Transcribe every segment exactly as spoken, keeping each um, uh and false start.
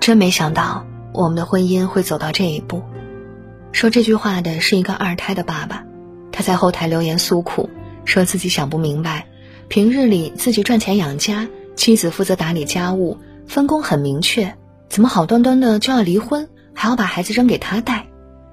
真没想到我们的婚姻会走到这一步。说这句话的是一个二胎的爸爸，他在后台留言诉苦，说自己想不明白，平日里自己赚钱养家，妻子负责打理家务，分工很明确，怎么好端端的就要离婚，还要把孩子扔给他带。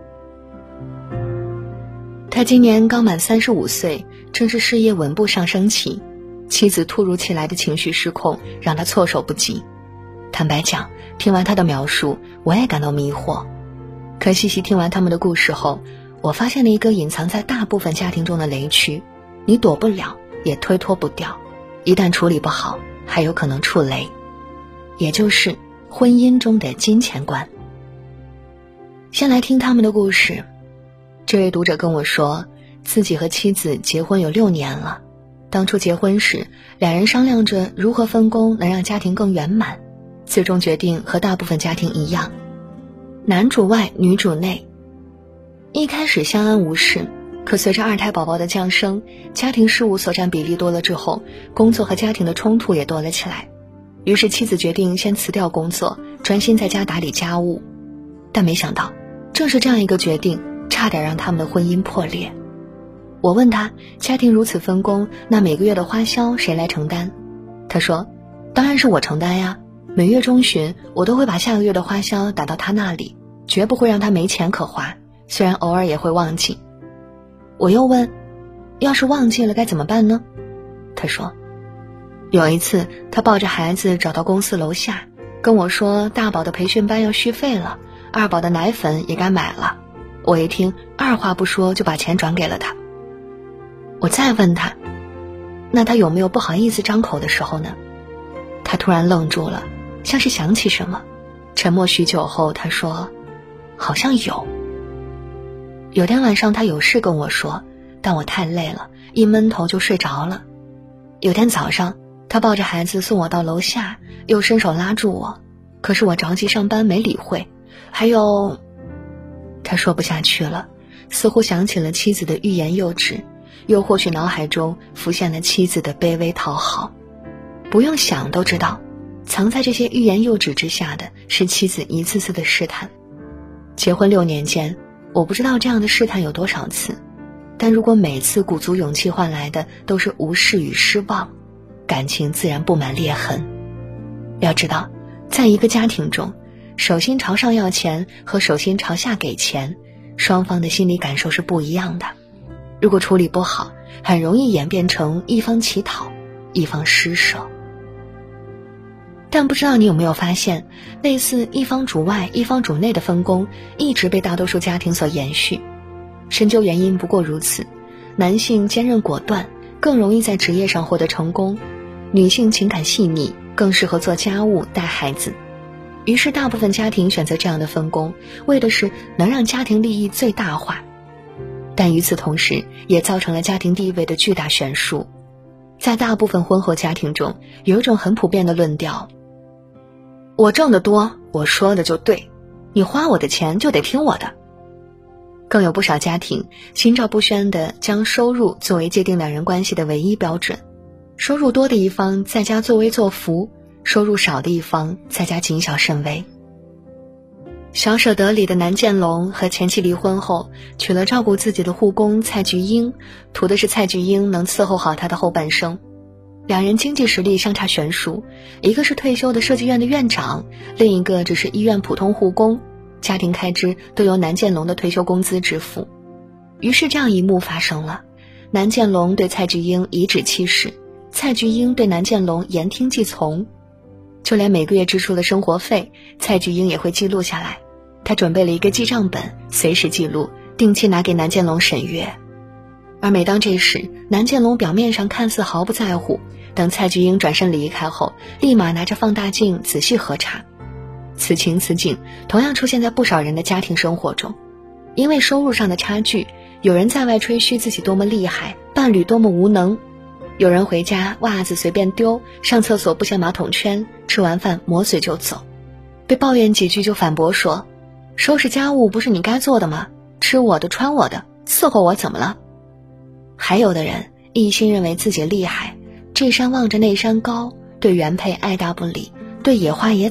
他今年刚满三十五岁，正是事业稳步上升期，妻子突如其来的情绪失控让他措手不及。坦白讲，听完他的描述，我也感到迷惑。可细细听完他们的故事后，我发现了一个隐藏在大部分家庭中的雷区，你躲不了，也推脱不掉，一旦处理不好，还有可能触雷，也就是婚姻中的金钱观。先来听他们的故事。这位读者跟我说，自己和妻子结婚有六年了，当初结婚时，两人商量着如何分工能让家庭更圆满，最终决定和大部分家庭一样，男主外女主内。一开始相安无事，可随着二胎宝宝的降生，家庭事务所占比例多了之后，工作和家庭的冲突也多了起来。于是妻子决定先辞掉工作，专心在家打理家务。但没想到，正是这样一个决定，差点让他们的婚姻破裂。我问他，家庭如此分工，那每个月的花销谁来承担？他说，当然是我承担呀，每月中旬我都会把下个月的花销打到他那里，绝不会让他没钱可花，虽然偶尔也会忘记。我又问，要是忘记了该怎么办呢？他说，有一次他抱着孩子找到公司楼下，跟我说大宝的培训班要续费了，二宝的奶粉也该买了。我一听，二话不说就把钱转给了他。我再问他，那他有没有不好意思张口的时候呢？他突然愣住了，像是想起什么，沉默许久后他说，好像有。有天晚上他有事跟我说，但我太累了，一闷头就睡着了。有天早上他抱着孩子送我到楼下，又伸手拉住我，可是我着急上班没理会。还有，他说不下去了，似乎想起了妻子的欲言又止，又或许脑海中浮现了妻子的卑微讨好。不用想都知道，藏在这些欲言又止之下的是妻子一次次的试探。结婚六年间，我不知道这样的试探有多少次，但如果每次鼓足勇气换来的都是无视与失望，感情自然布满裂痕。要知道，在一个家庭中，手心朝上要钱和手心朝下给钱，双方的心理感受是不一样的。如果处理不好，很容易演变成一方乞讨，一方施舍。但不知道你有没有发现，类似一方主外一方主内的分工一直被大多数家庭所延续。深究原因不过如此，男性坚韧果断，更容易在职业上获得成功，女性情感细腻，更适合做家务带孩子。于是大部分家庭选择这样的分工，为的是能让家庭利益最大化。但与此同时，也造成了家庭地位的巨大悬殊。在大部分婚后家庭中，有一种很普遍的论调，我挣得多，我说的就对，你花我的钱就得听我的。更有不少家庭心照不宣地将收入作为界定两人关系的唯一标准，收入多的一方在家作威作福，收入少的一方在家谨小慎微。小舍得里的南建龙和前妻离婚后，娶了照顾自己的护工蔡菊英，图的是蔡菊英能伺候好他的后半生。两人经济实力相差悬殊，一个是退休的设计院的院长，另一个只是医院普通护工，家庭开支都由南建龙的退休工资支付。于是这样一幕发生了，南建龙对蔡菊英颐指气使，蔡菊英对南建龙言听计从。就连每个月支出的生活费，蔡菊英也会记录下来。她准备了一个记账本，随时记录，定期拿给南建龙审阅。而每当这时，南建龙表面上看似毫不在乎，等蔡菊英转身离开后，立马拿着放大镜仔细核查。此情此景同样出现在不少人的家庭生活中。因为收入上的差距，有人在外吹嘘自己多么厉害，伴侣多么无能，有人回家袜子随便丢，上厕所不掀马桶圈，吃完饭抹嘴就走，被抱怨几句就反驳说，收拾家务不是你该做的吗？吃我的穿我的，伺候我怎么了？还有的人一心认为自己厉害，这山望着那山高，对原配爱答不理，对野花野草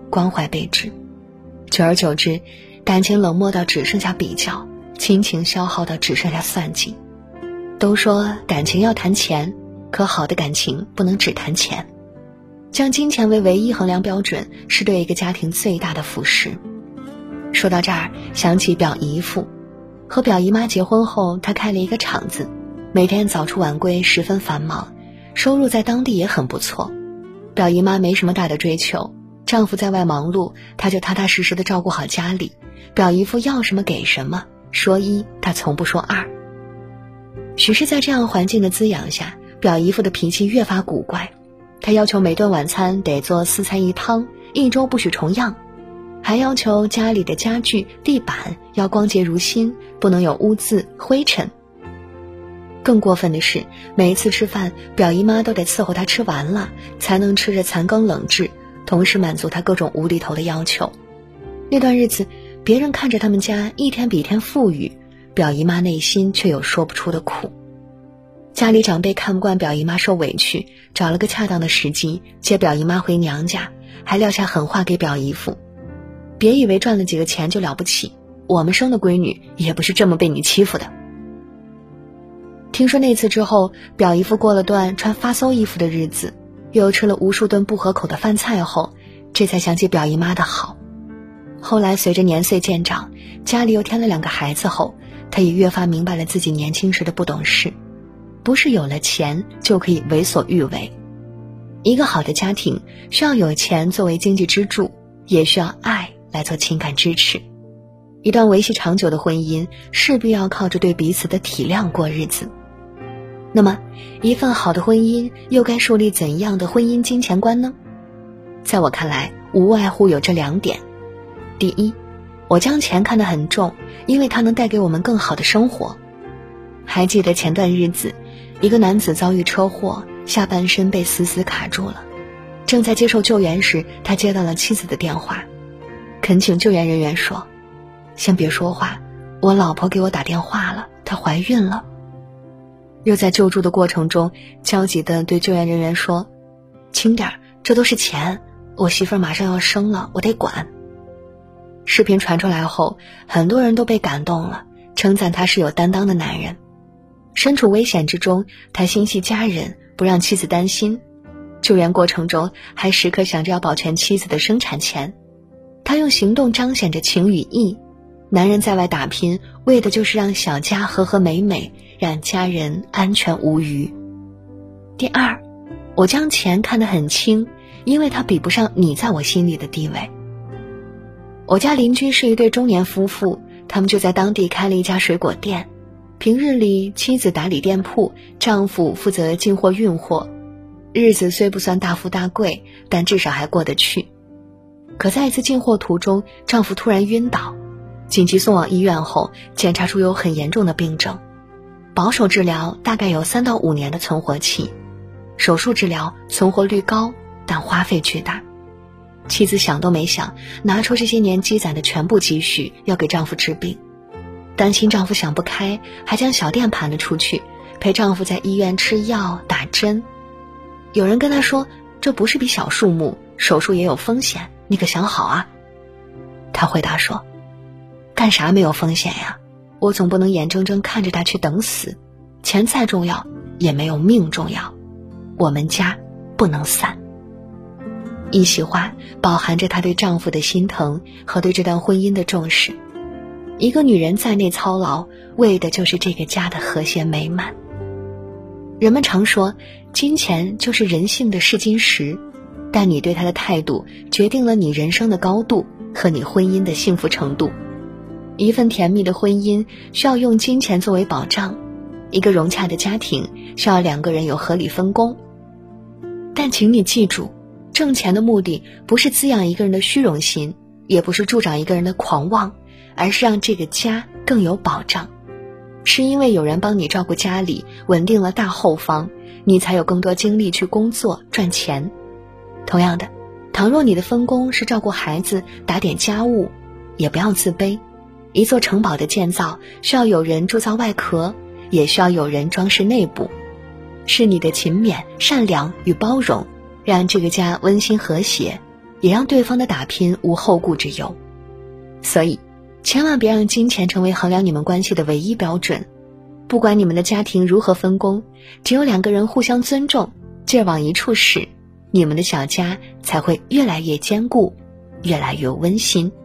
关怀备至。久而久之，感情冷漠到只剩下比较，亲情消耗到只剩下算计。都说感情要谈钱，可好的感情不能只谈钱。将金钱为唯一衡量标准，是对一个家庭最大的腐蚀。说到这儿，想起表姨父。和表姨妈结婚后，他开了一个厂子，每天早出晚归，十分繁忙，收入在当地也很不错。表姨妈没什么大的追求，丈夫在外忙碌，她就踏踏实实地照顾好家里。表姨夫要什么给什么，说一她从不说二。许是在这样环境的滋养下，表姨夫的脾气越发古怪。他要求每顿晚餐得做四菜一汤，一周不许重样，还要求家里的家具地板要光洁如新，不能有污渍灰尘。更过分的是，每一次吃饭，表姨妈都得伺候他吃完了，才能吃着残羹冷炙，同时满足他各种无厘头的要求。那段日子，别人看着他们家一天比一天富裕，表姨妈内心却有说不出的苦。家里长辈看不惯表姨妈受委屈，找了个恰当的时机接表姨妈回娘家，还撂下狠话给表姨夫：别以为赚了几个钱就了不起，我们生的闺女也不是这么被你欺负的。听说那次之后，表姨夫过了段穿发馊衣服的日子，又吃了无数顿不合口的饭菜后，这才想起表姨妈的好。后来随着年岁渐长，家里又添了两个孩子后，他也越发明白了自己年轻时的不懂事。不是有了钱就可以为所欲为。一个好的家庭需要有钱作为经济支柱，也需要爱来做情感支持。一段维系长久的婚姻势必要靠着对彼此的体谅过日子。那么一份好的婚姻又该树立怎样的婚姻金钱观呢？在我看来，无外乎有这两点。第一，我将钱看得很重，因为它能带给我们更好的生活。还记得前段日子，一个男子遭遇车祸，下半身被死死卡住了。正在接受救援时，他接到了妻子的电话，恳请救援人员说：先别说话，我老婆给我打电话了，她怀孕了。又在救助的过程中焦急地对救援人员说：轻点，这都是钱，我媳妇儿马上要生了，我得管。视频传出来后，很多人都被感动了，称赞他是有担当的男人。身处危险之中，他心系家人，不让妻子担心。救援过程中还时刻想着要保全妻子的生产权。他用行动彰显着情与义。男人在外打拼，为的就是让小家和和美美，让家人安全无虞。第二，我将钱看得很轻，因为它比不上你在我心里的地位。我家邻居是一对中年夫妇，他们就在当地开了一家水果店。平日里，妻子打理店铺，丈夫负责进货运货。日子虽不算大富大贵，但至少还过得去。可在一次进货途中，丈夫突然晕倒，紧急送往医院后，检查出有很严重的病症，保守治疗大概有三到五年的存活期，手术治疗存活率高，但花费巨大。妻子想都没想，拿出这些年积攒的全部积蓄要给丈夫治病。担心丈夫想不开，还将小店盘了出去，陪丈夫在医院吃药打针。有人跟她说，这不是笔小数目，手术也有风险，你可想好啊。她回答说，干啥没有风险呀？我总不能眼睁睁看着他去等死，钱再重要也没有命重要，我们家不能散。一席话饱含着她对丈夫的心疼和对这段婚姻的重视。一个女人在内操劳，为的就是这个家的和谐美满。人们常说，金钱就是人性的试金石，但你对它的态度决定了你人生的高度和你婚姻的幸福程度。一份甜蜜的婚姻需要用金钱作为保障，一个融洽的家庭需要两个人有合理分工。但请你记住，挣钱的目的不是滋养一个人的虚荣心，也不是助长一个人的狂妄，而是让这个家更有保障。是因为有人帮你照顾家里，稳定了大后方，你才有更多精力去工作赚钱。同样的，倘若你的分工是照顾孩子打点家务，也不要自卑。一座城堡的建造需要有人铸造外壳，也需要有人装饰内部。是你的勤勉善良与包容让这个家温馨和谐， 也让对方的打拼无后顾之忧。所以千万别让金钱成为衡量你们关系的唯一标准。不管你们的家庭如何分工，只有两个人互相尊重，劲儿往一处使，你们的小家才会越来越坚固，越来越温馨。